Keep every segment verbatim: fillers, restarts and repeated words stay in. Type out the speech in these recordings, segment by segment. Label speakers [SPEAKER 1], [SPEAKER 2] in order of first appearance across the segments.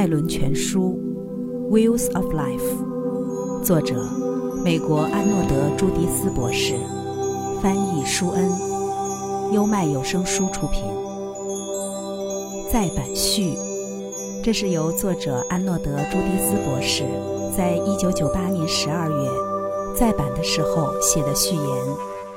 [SPEAKER 1] 麦伦全书 Wheels of Life， 作者美国安诺德·朱迪斯博士，翻译舒恩，优麦有声书出品。再版序，这是由作者安诺德·朱迪斯博士在一九九八年十二月再版的时候写的序言。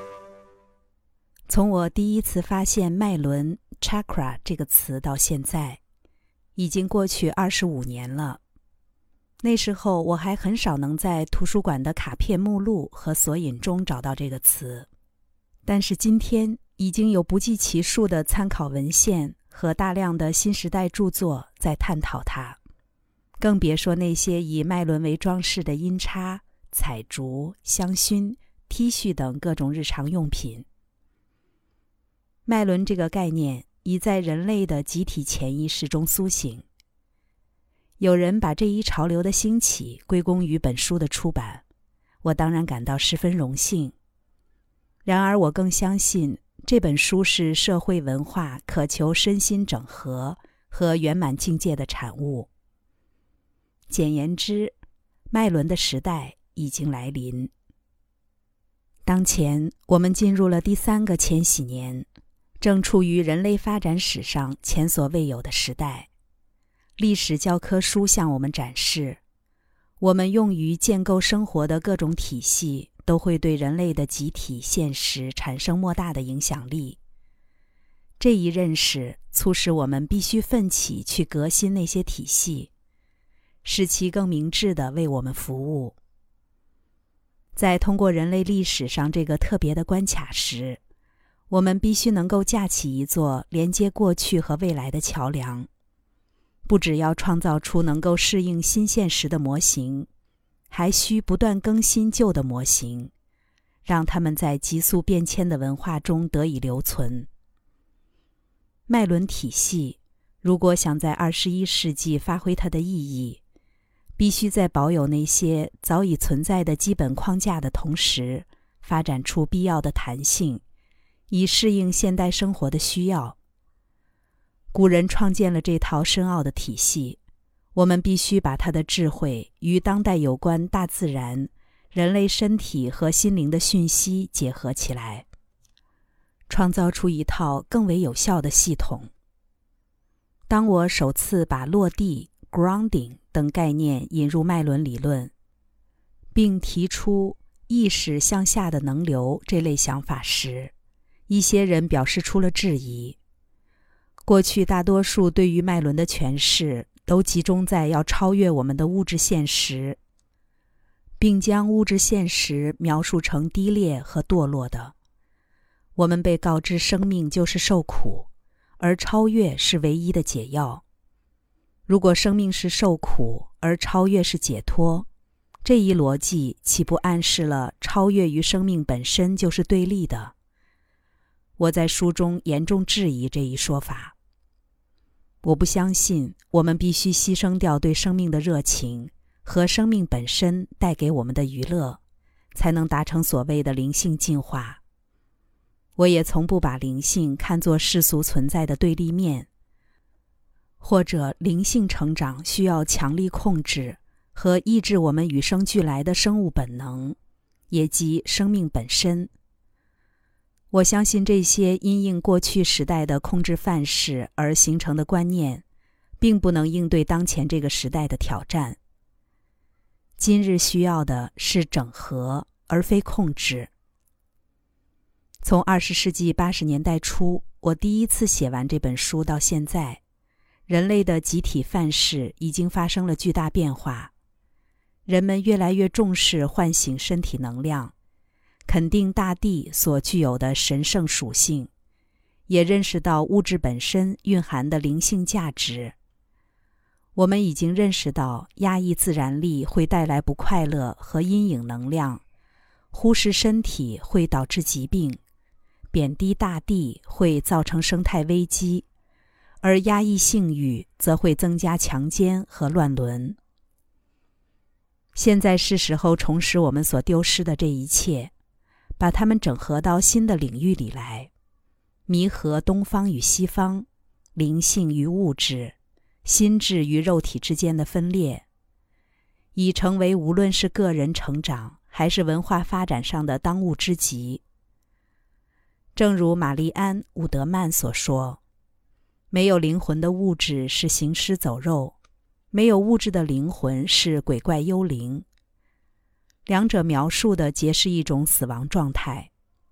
[SPEAKER 1] 从我第一次发现脉轮 chakra 这个词到现在，已经过去二十五年了。那时候我还很少能在图书馆的卡片目录和索引中找到这个词，但是今天已经有不计其数的参考文献和大量的新时代著作在探讨它，更别说那些以脉轮为装饰的音叉、彩烛、香薰、T 恤等各种日常用品。脉轮这个概念已在人类的集体潜意识中苏醒。有人把这一潮流的兴起归功于本书的出版，我当然感到十分荣幸。然而我更相信这本书是社会文化渴求身心整合和圆满境界的产物。简言之，脉轮的时代已经来临。当前我们进入了第三个千禧年，正处于人类发展史上前所未有的时代。历史教科书向我们展示，我们用于建构生活的各种体系都会对人类的集体现实产生莫大的影响力。这一认识促使我们必须奋起去革新那些体系，使其更明智地为我们服务。在通过人类历史上这个特别的关卡时，我们必须能够架起一座连接过去和未来的桥梁，不只要创造出能够适应新现实的模型，还需不断更新旧的模型，让它们在急速变迁的文化中得以留存。脉轮体系如果想在二十一世纪发挥它的意义，必须在保有那些早已存在的基本框架的同时，发展出必要的弹性，以适应现代生活的需要。古人创建了这套深奥的体系，我们必须把它的智慧与当代有关大自然、人类身体和心灵的讯息结合起来，创造出一套更为有效的系统。当我首次把落地 grounding 等概念引入脉轮理论，并提出意识向下的能流这类想法时，一些人表示出了质疑。过去大多数对于脉轮的诠释都集中在要超越我们的物质现实，并将物质现实描述成低劣和堕落的。我们被告知生命就是受苦，而超越是唯一的解药。如果生命是受苦，而超越是解脱，这一逻辑岂不暗示了超越与生命本身就是对立的？我在书中严重质疑这一说法。我不相信我们必须牺牲掉对生命的热情和生命本身带给我们的娱乐，才能达成所谓的灵性进化。我也从不把灵性看作世俗存在的对立面，或者灵性成长需要强力控制和抑制我们与生俱来的生物本能，也即生命本身。我相信这些因应过去时代的控制范式而形成的观念，并不能应对当前这个时代的挑战。今日需要的是整合，而非控制。从二十世纪八十年代初，我第一次写完这本书到现在，人类的集体范式已经发生了巨大变化。人们越来越重视唤醒身体能量，肯定大地所具有的神圣属性，也认识到物质本身蕴含的灵性价值。我们已经认识到压抑自然力会带来不快乐和阴影能量，忽视身体会导致疾病，贬低大地会造成生态危机，而压抑性欲则会增加强奸和乱伦。现在是时候重拾我们所丢失的这一切，把它们整合到新的领域里来，弥合东方与西方，灵性与物质， 心智与肉体之间的分裂，已成为无论是个人成长还是文化发展上的当务之急。正如玛丽安·伍德曼所说，没有灵魂的物质是行尸走肉，没有物质的灵魂是鬼怪幽灵。两者描述的皆是一种死亡状态。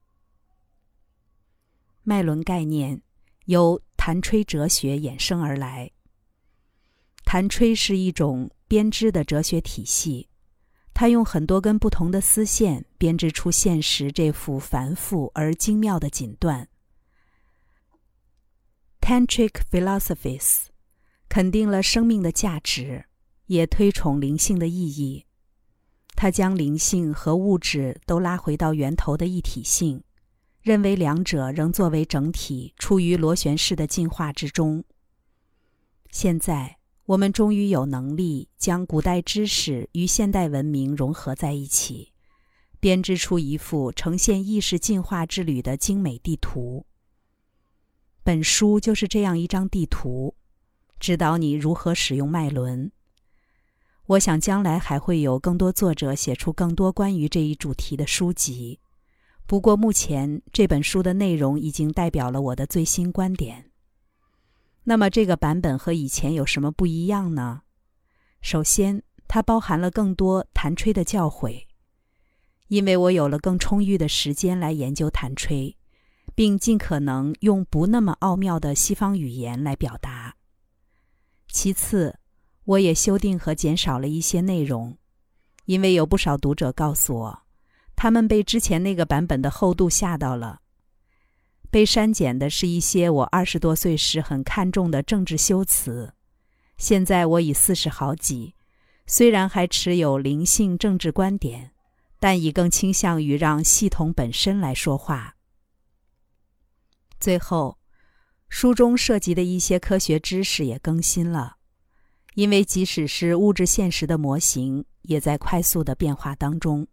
[SPEAKER 1] 脉轮概念由弹吹哲学衍生而来。弹吹是一种编织的哲学体系，它用很多根不同的丝线编织出现实这幅繁复而精妙的锦缎。Tantric philosophies 肯定了生命的价值，也推崇灵性的意义。它将灵性和物质都拉回到源头的一体性，认为两者仍作为整体处于螺旋式的进化之中。现在我们终于有能力将古代知识与现代文明融合在一起，编织出一幅呈现意识进化之旅的精美地图。本书就是这样一张地图，指导你如何使用脉轮。我想将来还会有更多作者写出更多关于这一主题的书籍，不过目前这本书的内容已经代表了我的最新观点。那么这个版本和以前有什么不一样呢？首先，它包含了更多弹吹的教诲，因为我有了更充裕的时间来研究弹吹，并尽可能用不那么奥妙的西方语言来表达。其次，我也修订和减少了一些内容，因为有不少读者告诉我，他们被之前那个版本的厚度吓到了。被删减的是一些我二十多岁时很看重的政治修辞，现在我已四十好几，虽然还持有灵性政治观点，但已更倾向于让系统本身来说话。最后，书中涉及的一些科学知识也更新了，因为即使是物质现实的模型，也在快速的变化当中。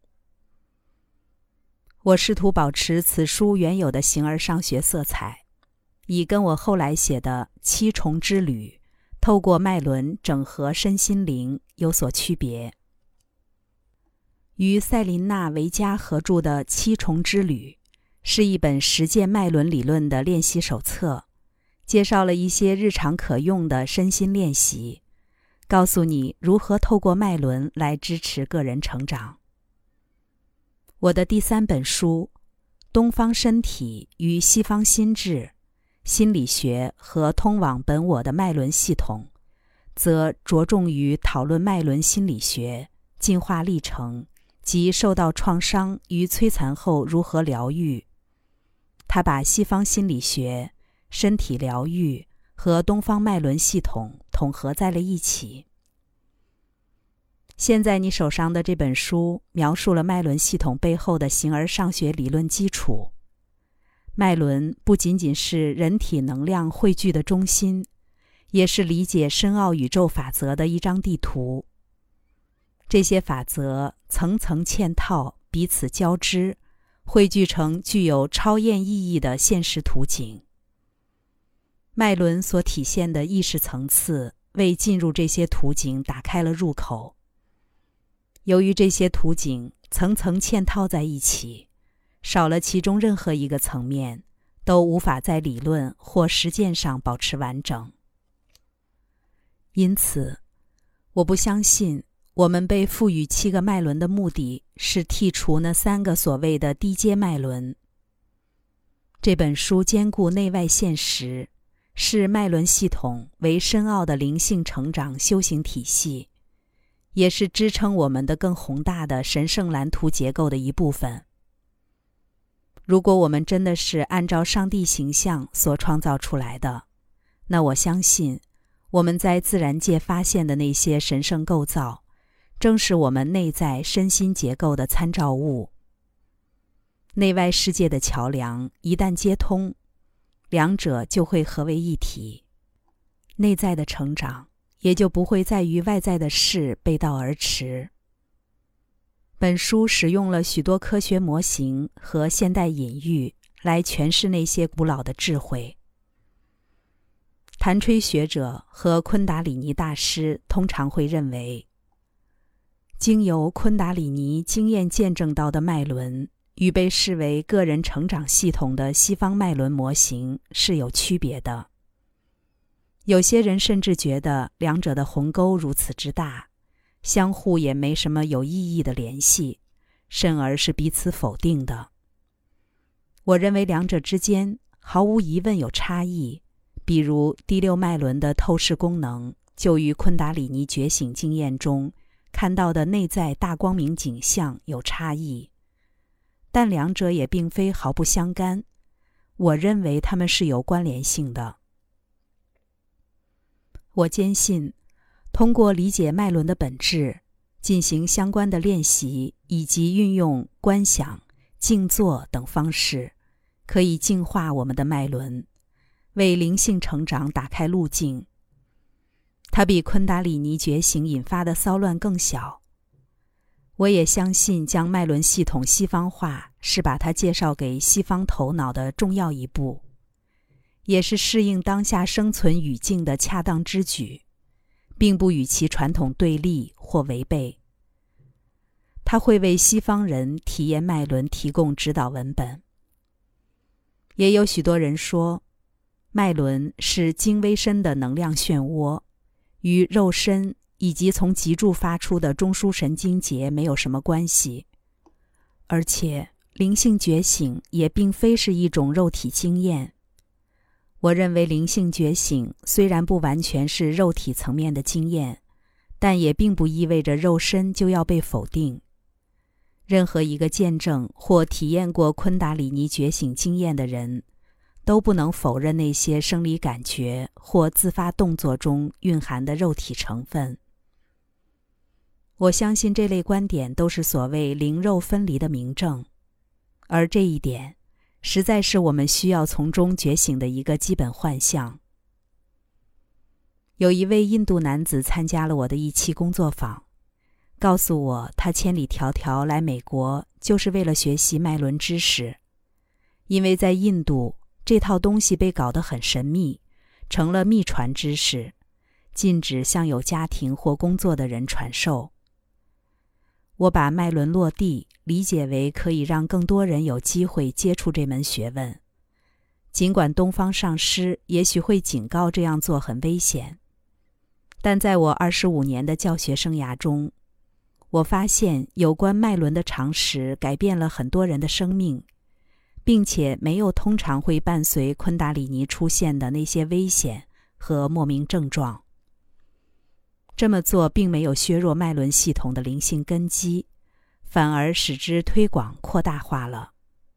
[SPEAKER 1] 我试图保持此书原有的形而上学色彩，以跟我后来写的《七重之旅》透过脉轮整合身心灵有所区别。与塞琳娜·维加合著的《七重之旅》是一本实践脉轮理论的练习手册，介绍了一些日常可用的身心练习，告诉你如何透过脉轮来支持个人成长。我的第三本书《东方身体与西方心智：心理学和通往本我的脉轮系统》，则着重于讨论脉轮心理学、进化历程及受到创伤与摧残后如何疗愈。它把西方心理学、身体疗愈和东方脉轮系统统合在了一起。现在你手上的这本书描述了脉轮系统背后的形而上学理论基础。脉轮不仅仅是人体能量汇聚的中心，也是理解深奥宇宙法则的一张地图。这些法则层层嵌套，彼此交织，汇聚成具有超验意义的现实图景。脉轮所体现的意识层次为进入这些图景打开了入口。由于这些图景层层嵌套在一起，少了其中任何一个层面，都无法在理论或实践上保持完整。因此，我不相信我们被赋予七个脉轮的目的是剔除那三个所谓的低阶脉轮。这本书兼顾内外现实，视脉轮系统为深奥的灵性成长修行体系，也是支撑我们的更宏大的神圣蓝图结构的一部分。如果我们真的是按照上帝形象所创造出来的，那我相信我们在自然界发现的那些神圣构造，正是我们内在身心结构的参照物。内外世界的桥梁一旦接通，两者就会合为一体，内在的成长也就不会再与外在的事背道而驰。本书使用了许多科学模型和现代隐喻来诠释那些古老的智慧。 弹吹学者和昆达里尼大师通常会认为，经由昆达里尼经验见证到的脉轮与被视为个人成长系统的西方脉轮模型是有区别的。有些人甚至觉得两者的鸿沟如此之大，相互也没什么有意义的联系，甚而是彼此否定的。我认为两者之间毫无疑问有差异，比如第六脉轮的透视功能就与昆达里尼觉醒经验中看到的内在大光明景象有差异，但两者也并非毫不相干，我认为它们是有关联性的。我坚信，通过理解脉轮的本质，进行相关的练习，以及运用观想、静坐等方式，可以净化我们的脉轮，为灵性成长打开路径。它比昆达里尼觉醒引发的骚乱更小。我也相信将脉轮系统西方化是把它介绍给西方头脑的重要一步，也是适应当下生存语境的恰当之举，并不与其传统对立或违背。它会为西方人体验脉轮提供指导文本。也有许多人说，脉轮是精微深的能量漩涡，与肉身以及从脊柱发出的中枢神经节没有什么关系，而且灵性觉醒也并非是一种肉体经验。我认为灵性觉醒虽然不完全是肉体层面的经验，但也并不意味着肉身就要被否定。任何一个见证或体验过昆达里尼觉醒经验的人，都不能否认那些生理感觉或自发动作中蕴含的肉体成分。我相信这类观点都是所谓灵肉分离的明证，而这一点实在是我们需要从中觉醒的一个基本幻象。有一位印度男子参加了我的一期工作坊，告诉我他千里迢迢来美国就是为了学习脉轮知识，因为在印度这套东西被搞得很神秘，成了秘传知识，禁止向有家庭或工作的人传授。我把脉轮落地理解为可以让更多人有机会接触这门学问，尽管东方上师也许会警告这样做很危险，但在我二十五年的教学生涯中，我发现有关脉轮的常识改变了很多人的生命，并且没有通常会伴随昆达里尼出现的那些危险和莫名症状。这么做并没有削弱脉轮系统的灵性根基，反而使之推广扩大化了。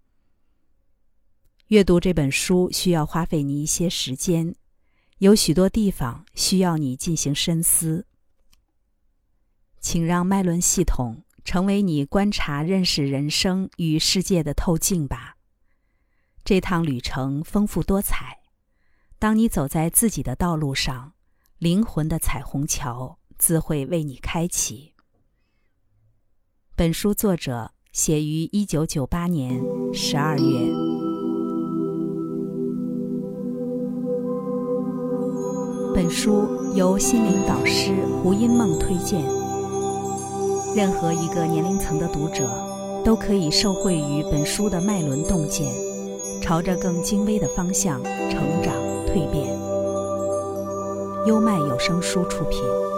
[SPEAKER 1] 阅读这本书需要花费你一些时间，有许多地方需要你进行深思。请让脉轮系统成为你观察认识人生与世界的透镜吧。这趟旅程丰富多彩，当你走在自己的道路上，灵魂的彩虹桥自会为你开启。本书作者写于一九九八年十二月。本书由心灵导师胡因梦推荐。任何一个年龄层的读者都可以受惠于本书的脉轮洞见，朝着更精微的方向成长蜕变。优麦有声书出品。